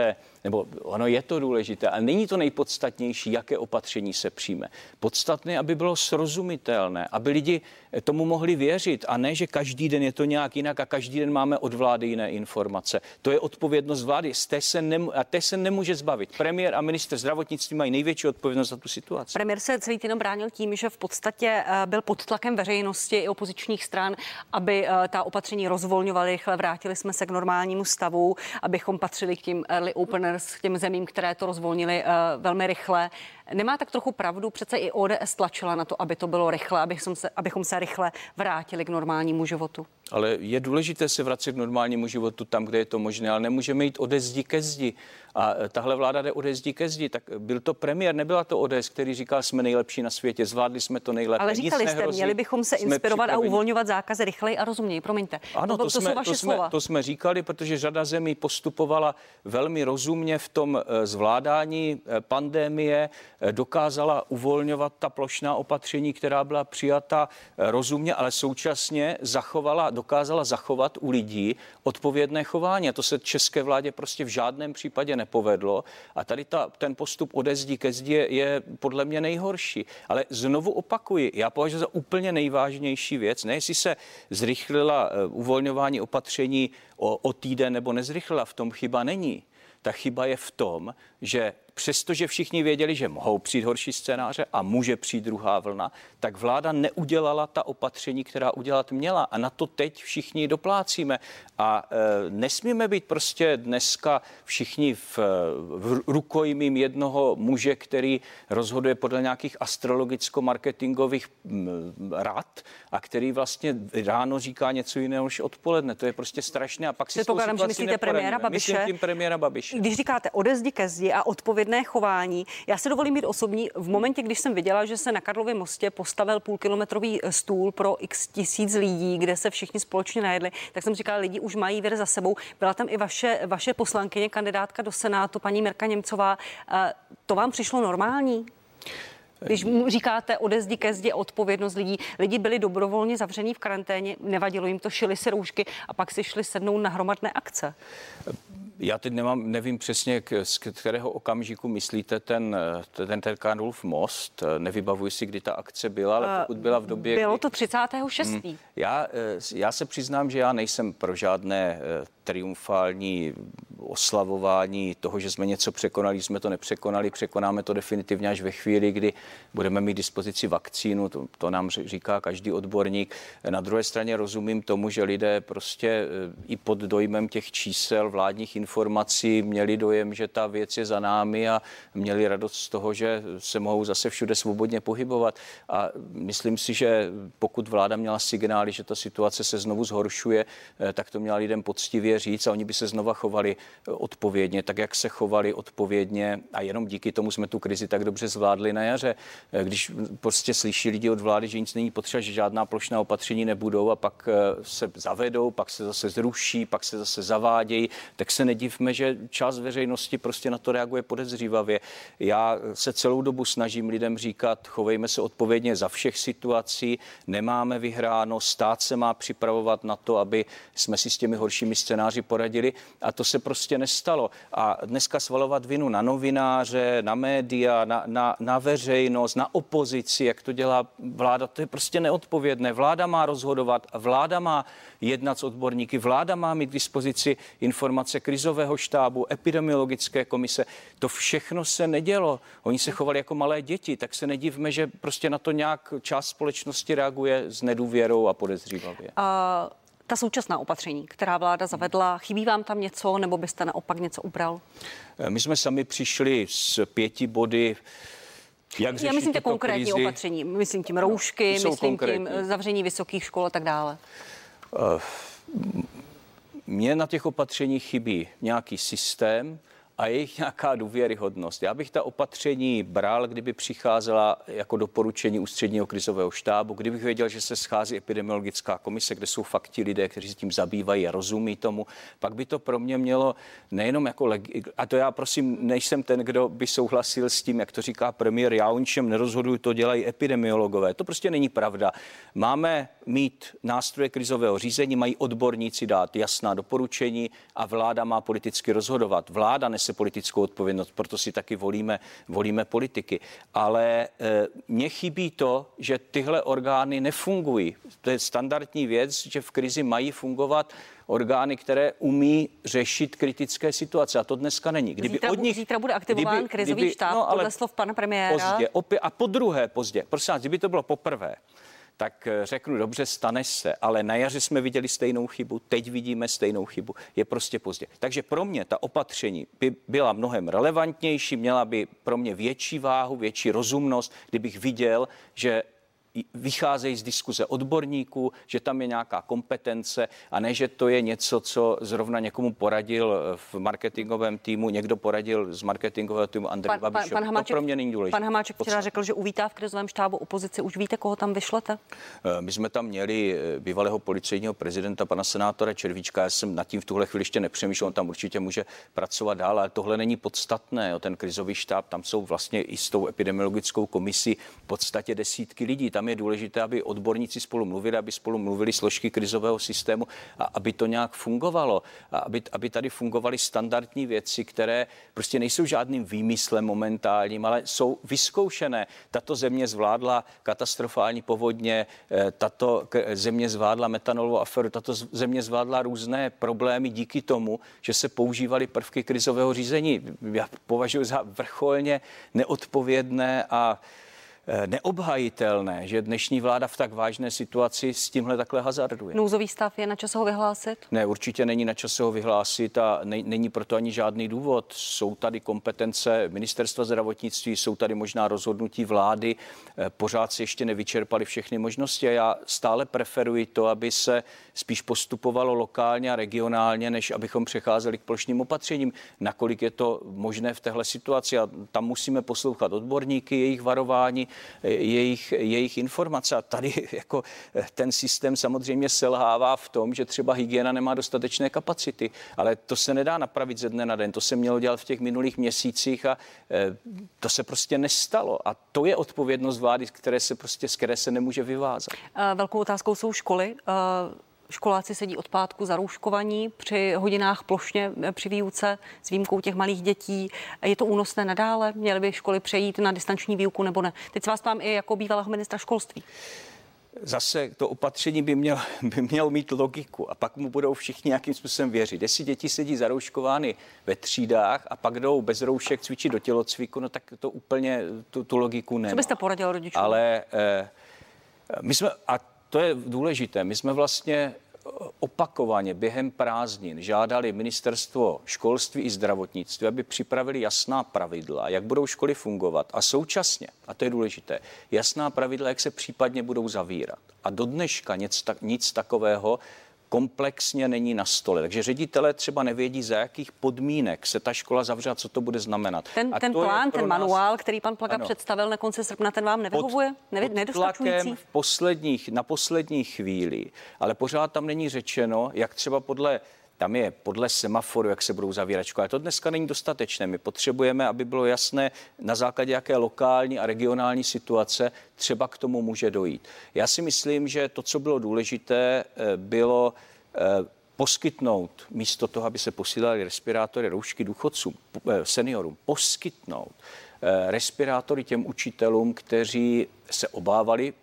nebo ono je to důležité, ale není to nejpodstatnější, jaké opatření se přijme. Podstatné, aby bylo srozumitelné, aby lidi tomu mohli věřit a ne, že každý den je to nějak jinak a každý den máme od vlády jiné informace. To je odpovědnost vlády, z té se nem, a té se nemůže zbavit. Premiér a ministr zdravotnictví mají největší odpovědnost za tu situaci. Premiér se celý týden bránil tím, že v podstatě byl pod tlakem veřejnosti i opozičních stran, aby ta opatření rozvolňovaly rychle, vrátili jsme se k normálnímu stavu, abychom patřili k těm early openers, k těm zemím, které to rozvolnily velmi rychle. Nemá tak trochu pravdu, přece i O D S tlačila na to, aby to bylo rychle, abychom se, abychom se rychle vrátili k normálnímu životu. Ale je důležité se vracet k normálnímu životu tam, kde je to možné, ale nemůžeme jít ode zdi ke zdi. A tahle vláda jde ode zdi ke zdi. Tak byl to premiér, nebyla to O D S, který říkal, jsme nejlepší na světě, zvládli jsme to nejlépe. Ale říkali jste, nehrozí, měli bychom se inspirovat a uvolňovat zákazy rychleji a rozuměji. Promiňte. Ano, to, to, to jsme, jsou vaše to jsme, slova. To jsme říkali, protože řada zemí postupovala velmi rozumně v tom zvládání pandemie, dokázala uvolňovat ta plošná opatření, která byla přijata rozumně, ale současně zachovala, dokázala zachovat u lidí odpovědné chování. A to se české vládě prostě v žádném případě nepovedlo. A tady ta, ten postup ode zdi ke zdi je, je podle mě nejhorší. Ale znovu opakuji, já považuji za úplně nejvážnější věc, ne jestli se zrychlila uvolňování opatření o, o týden nebo nezrychlila, v tom chyba není. Ta chyba je v tom, že přestože všichni věděli, že mohou přijít horší scénáře a může přijít druhá vlna, tak vláda neudělala ta opatření, která udělat měla. A na to teď všichni doplácíme. A e, nesmíme být prostě dneska všichni v, v rukojmím jednoho muže, který rozhoduje podle nějakých astrologicko-marketingových rad a který vlastně ráno říká něco jiného než odpoledne. To je prostě strašné. A pak si s tou situací neporadíme. Myslím tím premiéra Babiše. Když říkáte ode zdi ke zdi a odpovědné chování. Já se dovolím být osobní. V momentě, když jsem viděla, že se na Karlově mostě postavil půlkilometrový stůl pro x tisíc lidí, kde se všichni společně najedli, tak jsem říkala, lidi už mají věr za sebou. Byla tam i vaše, vaše poslankyně, kandidátka do Senátu, paní Mirka Němcová. To vám přišlo normální? Když říkáte ode zdi ke zdi odpovědnost lidí, lidi byli dobrovolně zavření v karanténě, nevadilo jim to, šili si roušky a pak si šli sednout na hromadné akce. Já teď nemám, nevím přesně, k, z kterého okamžiku myslíte ten, ten, ten Karlův most. Nevybavuji si, kdy ta akce byla, ale pokud byla v době... Bylo kdy... to třicátého šestého Hmm, já, já se přiznám, že já nejsem pro žádné triumfální oslavování toho, že jsme něco překonali, jsme to nepřekonali, překonáme to definitivně až ve chvíli, kdy budeme mít dispozici vakcínu, to, to nám říká každý odborník. Na druhé straně rozumím tomu, že lidé prostě i pod dojmem těch čísel vládních informací měli dojem, že ta věc je za námi a měli radost z toho, že se mohou zase všude svobodně pohybovat. A myslím si, že pokud vláda měla signály, že ta situace se znovu zhoršuje, tak to měla lidem poctivě říct a oni by se znova chovali odpovědně, tak jak se chovali odpovědně a jenom díky tomu jsme tu krizi tak dobře zvládli na jaře. Když prostě slyší lidi od vlády, že nic není potřeba, že žádná plošná opatření nebudou a pak se zavedou, pak se zase zruší, pak se zase zavádějí, tak se nedivme, že část veřejnosti prostě na to reaguje podezřívavě. Já se celou dobu snažím lidem říkat, chovejme se odpovědně za všech situací, nemáme vyhráno, stát se má připravovat na to, aby jsme si s těmi horšími scénáři poradili a to se prostě nestalo. A dneska svalovat vinu na novináře, na média, na, na, na veřejnost, na opozici, jak to dělá vláda, to je prostě neodpovědné. Vláda má rozhodovat, vláda má jednat s odborníky, vláda má mít k dispozici informace krizového štábu, epidemiologické komise. To všechno se nedělo. Oni se chovali jako malé děti, tak se nedivme, že prostě na to nějak část společnosti reaguje s nedůvěrou a podezřívavě. A ta současná opatření, která vláda zavedla, chybí vám tam něco, nebo byste naopak něco ubral? My jsme sami přišli s pěti body. Jak Já myslím, že konkrétní krizi. Opatření. Myslím tím roušky, no, myslím konkrétní. tím zavření vysokých škol a tak dále. Uh, Mně na těch opatřeních chybí nějaký systém a jejich nějaká důvěryhodnost. Já bych ta opatření bral, kdyby přicházela jako doporučení ústředního krizového štábu, kdybych věděl, že se schází epidemiologická komise, kde jsou fakt ti lidé, kteří se tím zabývají a rozumí tomu, pak by to pro mě mělo nejenom jako... Leg- a to já prosím, nejsem ten, kdo by souhlasil s tím, jak to říká premiér, já o ničem nerozhoduju, to dělají epidemiologové. To prostě není pravda. Máme mít nástroje krizového řízení, mají odborníci dát jasná doporučení a vláda má politicky rozhodovat. Vláda nese nese politickou odpovědnost, proto si taky volíme, volíme politiky. Ale e, mně chybí to, že tyhle orgány nefungují. To je standardní věc, že v krizi mají fungovat orgány, které umí řešit kritické situace. A to dneska není. Kdyby zítra, od nich, zítra bude aktivován kdyby, krizový kdyby, štáb, no, podle slov pana premiéra. Pozdě, opět, a po druhé pozdě. Prosím vás, kdyby to bylo poprvé, tak řeknu, dobře, stane se, ale na jaře jsme viděli stejnou chybu, teď vidíme stejnou chybu, je prostě pozdě. Takže pro mě ta opatření by byla mnohem relevantnější, měla by pro mě větší váhu, větší rozumnost, kdybych viděl, že vycházejí z diskuze odborníků, že tam je nějaká kompetence a ne, že to je něco, co zrovna někomu poradil v marketingovém týmu, někdo poradil z marketingového týmu Andrej Babišovi. Pan, pan Hamáček, to pro mě není důležité. Pan Hamáček včera řekl, že uvítá v krizovém štábu opozici. Už víte, koho tam vyšlete? My jsme tam měli bývalého policejního prezidenta, pana senátora Červíčka. Já jsem nad tím v tuhle chvíli ještě nepřemýšlel, on tam určitě může pracovat dál, ale tohle není podstatné. Jo. Ten krizový štáb, tam jsou vlastně i s tou epidemiologickou komisí v podstatě desítky lidí. Tam je důležité, aby odborníci spolu mluvili, aby spolu mluvili složky krizového systému a aby to nějak fungovalo. A aby, aby tady fungovaly standardní věci, které prostě nejsou žádným výmyslem momentálním, ale jsou vyzkoušené. Tato země zvládla katastrofální povodně, tato země zvládla metanolovou aferu, tato země zvládla různé problémy díky tomu, že se používaly prvky krizového řízení. Já považuji za vrcholně neodpovědné a neobhajitelné, že dnešní vláda v tak vážné situaci s tímhle takhle hazarduje. Nouzový stav je na čas ho vyhlásit? Ne, určitě není na čas ho vyhlásit a ne, není proto ani žádný důvod. Jsou tady kompetence ministerstva zdravotnictví, jsou tady možná rozhodnutí vlády, pořád se ještě nevyčerpaly všechny možnosti a já stále preferuji to, aby se spíš postupovalo lokálně a regionálně, než abychom přecházeli k plošným opatřením. Nakolik je to možné v téhle situaci a tam musíme poslouchat odborníky, jejich varování, jejich, jejich informace. A tady jako ten systém samozřejmě selhává v tom, že třeba hygiena nemá dostatečné kapacity, ale to se nedá napravit ze dne na den. To se mělo dělat v těch minulých měsících a to se prostě nestalo. A to je odpovědnost vlády, které se prostě, z které se nemůže vyvázat. Velkou otázkou jsou školy. Školáci sedí od pátku zarouškovaní při hodinách plošně při výuce s výjimkou těch malých dětí. Je to únosné nadále? Měly by školy přejít na distanční výuku nebo ne? Teď se vás ptám i jako bývalého ministra školství. Zase to opatření by mělo, by mělo mít logiku a pak mu budou všichni nějakým způsobem věřit. Jestli děti sedí zarouškovány ve třídách a pak jdou bez roušek cvičit do tělocviku, no tak to úplně tu, tu logiku nemá. Co byste poradil rodičům? Ale eh, my jsme, a to je důležité, my jsme vlastně opakovaně během prázdnin žádali ministerstvo školství i zdravotnictví, aby připravili jasná pravidla, jak budou školy fungovat a současně, a to je důležité, jasná pravidla, jak se případně budou zavírat. A do dneška nic, nic takového komplexně není na stole. Takže ředitelé třeba nevědí, za jakých podmínek se ta škola zavře, co to bude znamenat. Ten, ten plán, ten nás... manuál, který pan Plaga ano. představil na konci srpna, ten vám nevyhovuje? Pod, Nedostačující? V posledních, na poslední chvíli, ale pořád tam není řečeno, jak třeba podle Tam je podle semaforu, jak se budou zavírat školy. To dneska není dostatečné. My potřebujeme, aby bylo jasné, na základě jaké lokální a regionální situace třeba k tomu může dojít. Já si myslím, že to, co bylo důležité, bylo poskytnout, místo toho, aby se posílali respirátory, roušky důchodcům, seniorům, poskytnout respirátory těm učitelům, kteří se obávali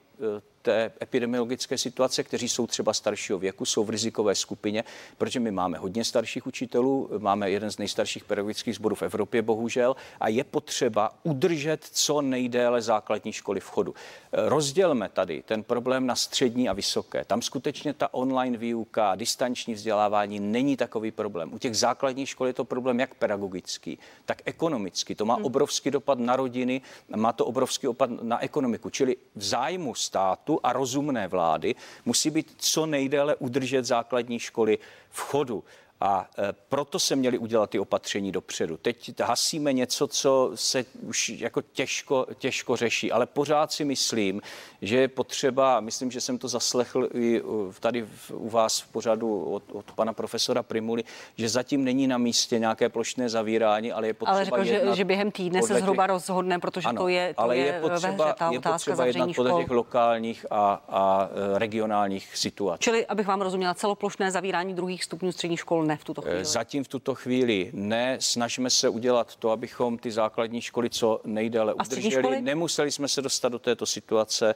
té epidemiologické situace, kteří jsou třeba staršího věku, jsou v rizikové skupině, protože my máme hodně starších učitelů, máme jeden z nejstarších pedagogických sborů v Evropě, bohužel, a je potřeba udržet co nejdéle základní školy v chodu. Rozdělme tady ten problém na střední a vysoké. Tam skutečně ta online výuka, distanční vzdělávání není takový problém. U těch základních škol je to problém jak pedagogický, tak ekonomický. To má hmm. obrovský dopad na rodiny, má to obrovský dopad na ekonomiku. Čili v zájmu státu a rozumné vlády musí být co nejdéle udržet základní školy v chodu. A e, proto se měly udělat ty opatření dopředu. Teď hasíme něco, co se už jako těžko, těžko řeší, ale pořád si myslím, že je potřeba, myslím, že jsem to zaslechl i tady u vás v pořadu od, od pana profesora Primuly, že zatím není na místě nějaké plošné zavírání, ale je potřeba Ale řekl, jednat že, že během týdne se zhruba těch... rozhodne, protože ano, to je, to ale je, je potřeba, ve hře, ta je otázka potřeba jednat škol. podle těch lokálních a, a regionálních situací. Čili, abych vám rozuměla, celoplošné zavírání druhých stupňů středních škol ne v tuto chvíli? Zatím v tuto chvíli ne. Snažíme se udělat to, abychom ty základní školy co nejdéle udrželi. Nemuseli jsme se dostat do této situace.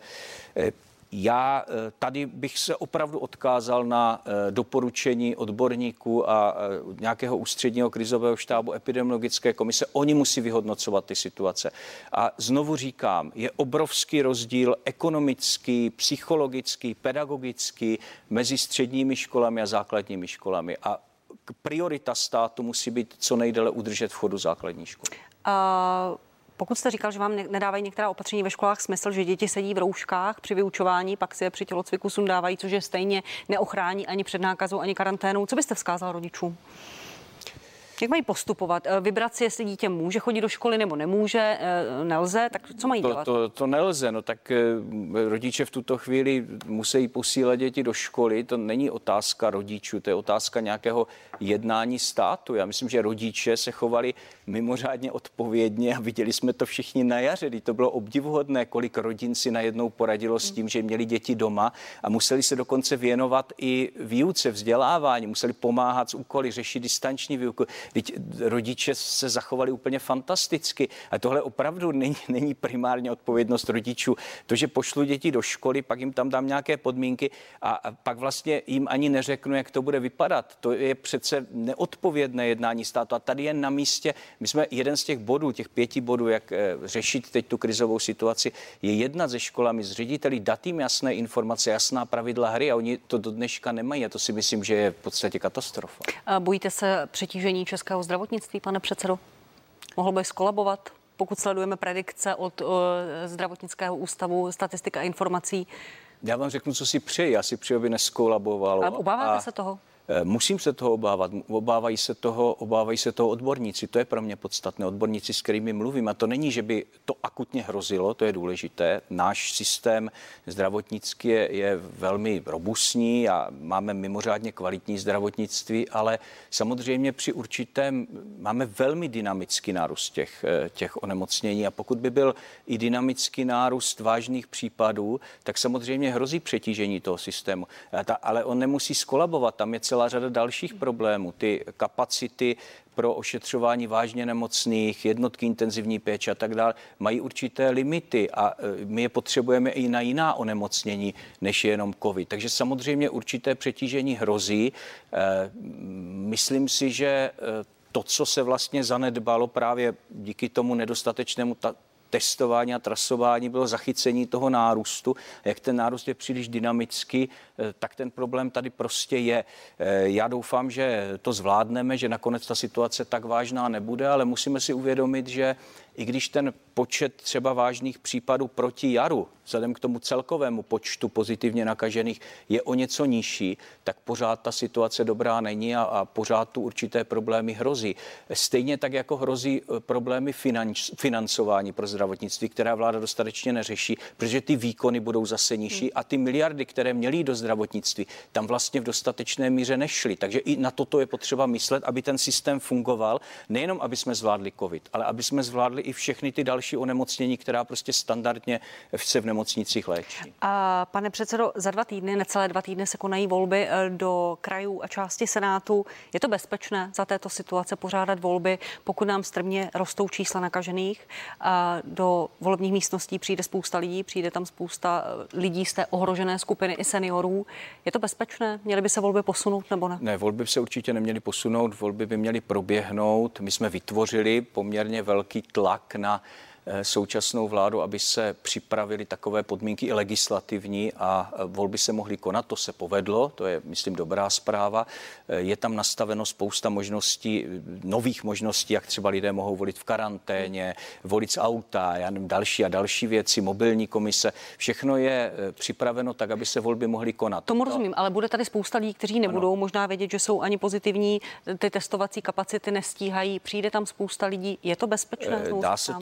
Já tady bych se opravdu odkázal na doporučení odborníků a nějakého ústředního krizového štábu epidemiologické komise. Oni musí vyhodnocovat ty situace. A znovu říkám, je obrovský rozdíl ekonomický, psychologický, pedagogický mezi středními školami a základními školami. A priorita státu musí být co nejdéle udržet v chodu základní školy. Uh... Pokud jste říkal, že vám nedávají některá opatření ve školách smysl, že děti sedí v rouškách při vyučování, pak si je při tělocviku sundávají, což je stejně neochrání ani před nákazou, ani karanténou, co byste vzkázal rodičům? Jak mají postupovat? Vybrat si, jestli dítě může chodit do školy nebo nemůže, nelze, tak co mají to, dělat? To, to nelze, no tak rodiče v tuto chvíli musí posílat děti do školy, to není otázka rodičů, to je otázka nějakého jednání státu. Já myslím, že rodiče se chovali mimořádně odpovědně a viděli jsme to všichni na jaře, kdy to bylo obdivuhodné, kolik rodin si najednou poradilo s tím, že měli děti doma a museli se dokonce věnovat i výuce, vzdělávání, museli pomáhat s úkoly, řešit distanční výuku. Teď rodiče se zachovali úplně fantasticky. A tohle opravdu není, není primárně odpovědnost rodičů. To, že pošlu děti do školy, pak jim tam dám nějaké podmínky a, a pak vlastně jim ani neřeknu, jak to bude vypadat. To je přece neodpovědné jednání státu. A tady je na místě, my jsme jeden z těch bodů, těch pěti bodů, jak e, řešit teď tu krizovou situaci, je jednat se školami, s řediteli, dát jim jasné informace, jasná pravidla hry a oni to do dneška nemají. A to si myslím, že je v podstatě katastrofa. A bojíte se přetížení českého zdravotnictví, pane předsedo? Mohl by skolabovat, pokud sledujeme predikce od uh, zdravotnického ústavu, statistika a informací? Já vám řeknu, co si přeji. Já si přeji, aby neskolabovalo. Ale obáváte a... se toho? Musím se toho obávat. Obávají se toho, obávají se toho odborníci. To je pro mě podstatné. Odborníci, s kterými mluvím. A to není, že by to akutně hrozilo, to je důležité. Náš systém zdravotnický je, je velmi robustní a máme mimořádně kvalitní zdravotnictví, ale samozřejmě při určitém máme velmi dynamický nárůst těch, těch onemocnění. A pokud by byl i dynamický nárůst vážných případů, tak samozřejmě hrozí přetížení toho systému. Ale on nemusí skolabovat. Tam je celá řada dalších problémů. Ty kapacity pro ošetřování vážně nemocných, jednotky intenzivní péče a tak dále mají určité limity a my je potřebujeme i na jiná onemocnění, než je jenom covid. Takže samozřejmě určité přetížení hrozí. Myslím si, že to, co se vlastně zanedbalo právě díky tomu nedostatečnému ta- testování a trasování, bylo zachycení toho nárůstu. Jak ten nárůst je příliš dynamický, tak ten problém tady prostě je. Já doufám, že to zvládneme, že nakonec ta situace tak vážná nebude, ale musíme si uvědomit, že i když ten počet třeba vážných případů proti jaru, vzhledem k tomu celkovému počtu pozitivně nakažených, je o něco nižší, tak pořád ta situace dobrá není a, a pořád tu určité problémy hrozí. Stejně tak, jako hrozí problémy financ, financování pro zdravotnictví, která vláda dostatečně neřeší, protože ty výkony budou zase nižší a ty miliardy, které měly jít do zdravotnictví, tam vlastně v dostatečné míře nešly. Takže i na toto je potřeba myslet, aby ten systém fungoval, nejenom aby jsme zvládli covid, ale aby jsme zvládli i všechny ty další onemocnění, která prostě standardně se v nemocnicích léčí. A pane předsedo, za dva týdny, necelé dva týdny se konají volby do krajů a části Senátu. Je to bezpečné za této situace pořádat volby, pokud nám strmě rostou čísla nakažených? A do volebních místností přijde spousta lidí, přijde tam spousta lidí z té ohrožené skupiny i seniorů. Je to bezpečné? Měly by se volby posunout nebo ne? Ne, volby by se určitě neměly posunout, volby by měly proběhnout. My jsme vytvořili poměrně velký tlak na současnou vládu, aby se připravili takové podmínky i legislativní a volby se mohly konat. To se povedlo, to je, myslím, dobrá zpráva. Je tam nastaveno spousta možností, nových možností, jak třeba lidé mohou volit v karanténě, volit z auta, já nevím, další a další věci, mobilní komise. Všechno je připraveno tak, aby se volby mohly konat. Tomu rozumím, ale bude tady spousta lidí, kteří nebudou ano. možná vědět, že jsou ani pozitivní, ty testovací kapacity nestíhají, přijde tam spousta lidí. Je to bezpečné? Dá se to ošetřit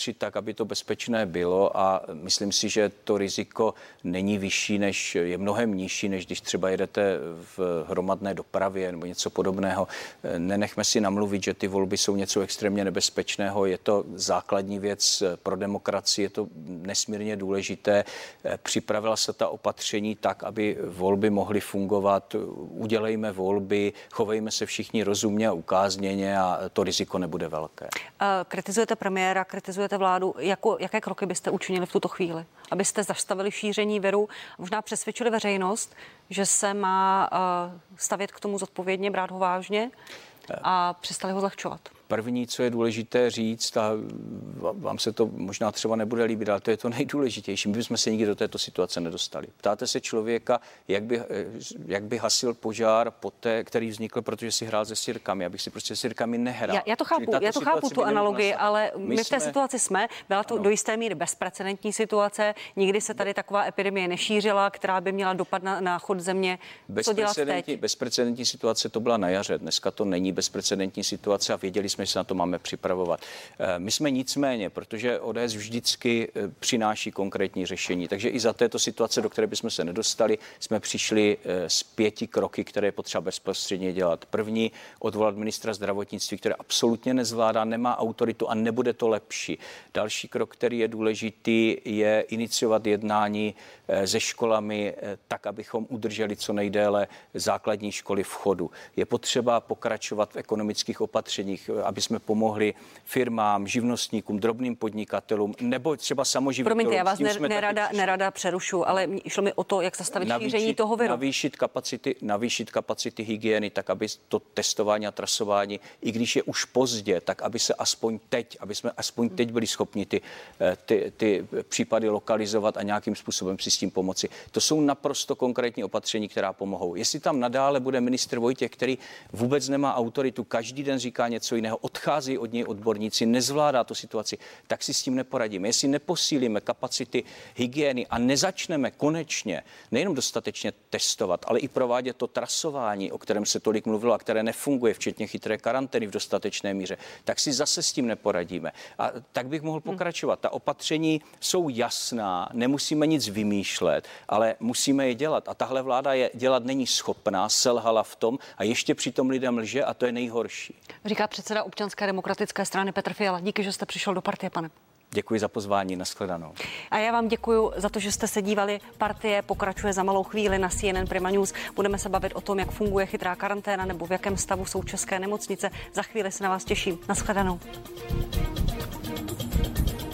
šetřit tak, aby to bezpečné bylo a myslím si, že to riziko není vyšší, než je mnohem nižší, než když třeba jedete v hromadné dopravě nebo něco podobného. Nenechme si namluvit, že ty volby jsou něco extrémně nebezpečného. Je to základní věc pro demokracii, je to nesmírně důležité. Připravila se ta opatření tak, aby volby mohly fungovat. Udělejme volby, chovejme se všichni rozumně a ukázněně a to riziko nebude velké. Kritizujete premiéra, kritizujete vládu. Jako, jaké kroky byste učinili v tuto chvíli? Abyste zastavili šíření viru, možná přesvědčili veřejnost, že se má stavět k tomu zodpovědně, brát ho vážně a přestali ho zlehčovat. První, co je důležité říct, a vám se to možná třeba nebude líbit, ale to je to nejdůležitější. My bychom se nikdy do této situace nedostali. Ptáte se člověka, jak by, jak by hasil požár poté, který vznikl, protože si hrál se sirkami. Abych si prostě sirkami nehrál. Já, já to chápu, já to chápu tu analogii, ale my, my v té jsme... situaci jsme. Byla to ano. do jisté míry bezprecedentní situace. Nikdy se tady taková epidemie nešířila, která by měla dopad na, na chod země. Co dělat teď? Bezprecedentní situace to byla na jaře. Dneska to není bezprecedentní situace a věděli jsme, že se na to máme připravovat. My jsme nicméně, protože O D S vždycky přináší konkrétní řešení, takže i za této situace, do které bychom se nedostali, jsme přišli s pěti kroky, které je potřeba bezprostředně dělat. První, odvolat ministra zdravotnictví, který absolutně nezvládá, nemá autoritu a nebude to lepší. Další krok, který je důležitý, je iniciovat jednání se školami tak, abychom udrželi co nejdéle základní školy v chodu. Je potřeba pokračovat v ekonomických opatřeních, aby jsme pomohli firmám, živnostníkům, drobným podnikatelům nebo třeba samoživitelům. Promiňte, já vás ne, nerada, nerada přerušu, ale šlo mi o to, jak zastavit navýšit, šíření toho viru. Navýšit kapacity, navýšit kapacity hygieny, tak aby to testování a trasování, i když je už pozdě, tak aby se aspoň teď, aby jsme aspoň teď byli schopni ty, ty, ty případy lokalizovat a nějakým způsobem si s tím pomoci. To jsou naprosto konkrétní opatření, která pomohou. Jestli tam nadále bude ministr Vojtěch, který vůbec nemá autoritu, každý den říká něco jiného, odchází od něj odborníci, nezvládá tu situaci, tak si s tím neporadíme. Jestli neposílíme kapacity hygieny a nezačneme konečně nejenom dostatečně testovat, ale i provádět to trasování, o kterém se tolik mluvilo a které nefunguje, včetně chytré karantény v dostatečné míře, tak si zase s tím neporadíme. A tak bych mohl pokračovat. Ta opatření jsou jasná, nemusíme nic vymýšlet, ale musíme je dělat. A tahle vláda je dělat není schopná, selhala v tom a ještě přitom lidem lže a to je nejhorší. Říká předseda Občanské demokratické strany Petr Fiala. Díky, že jste přišel do Partie, pane. Děkuji za pozvání, nashledanou. A já vám děkuji za to, že jste se dívali. Partie pokračuje za malou chvíli na C N N Prima News. Budeme se bavit o tom, jak funguje chytrá karanténa nebo v jakém stavu jsou české nemocnice. Za chvíli se na vás těším. Nashledanou.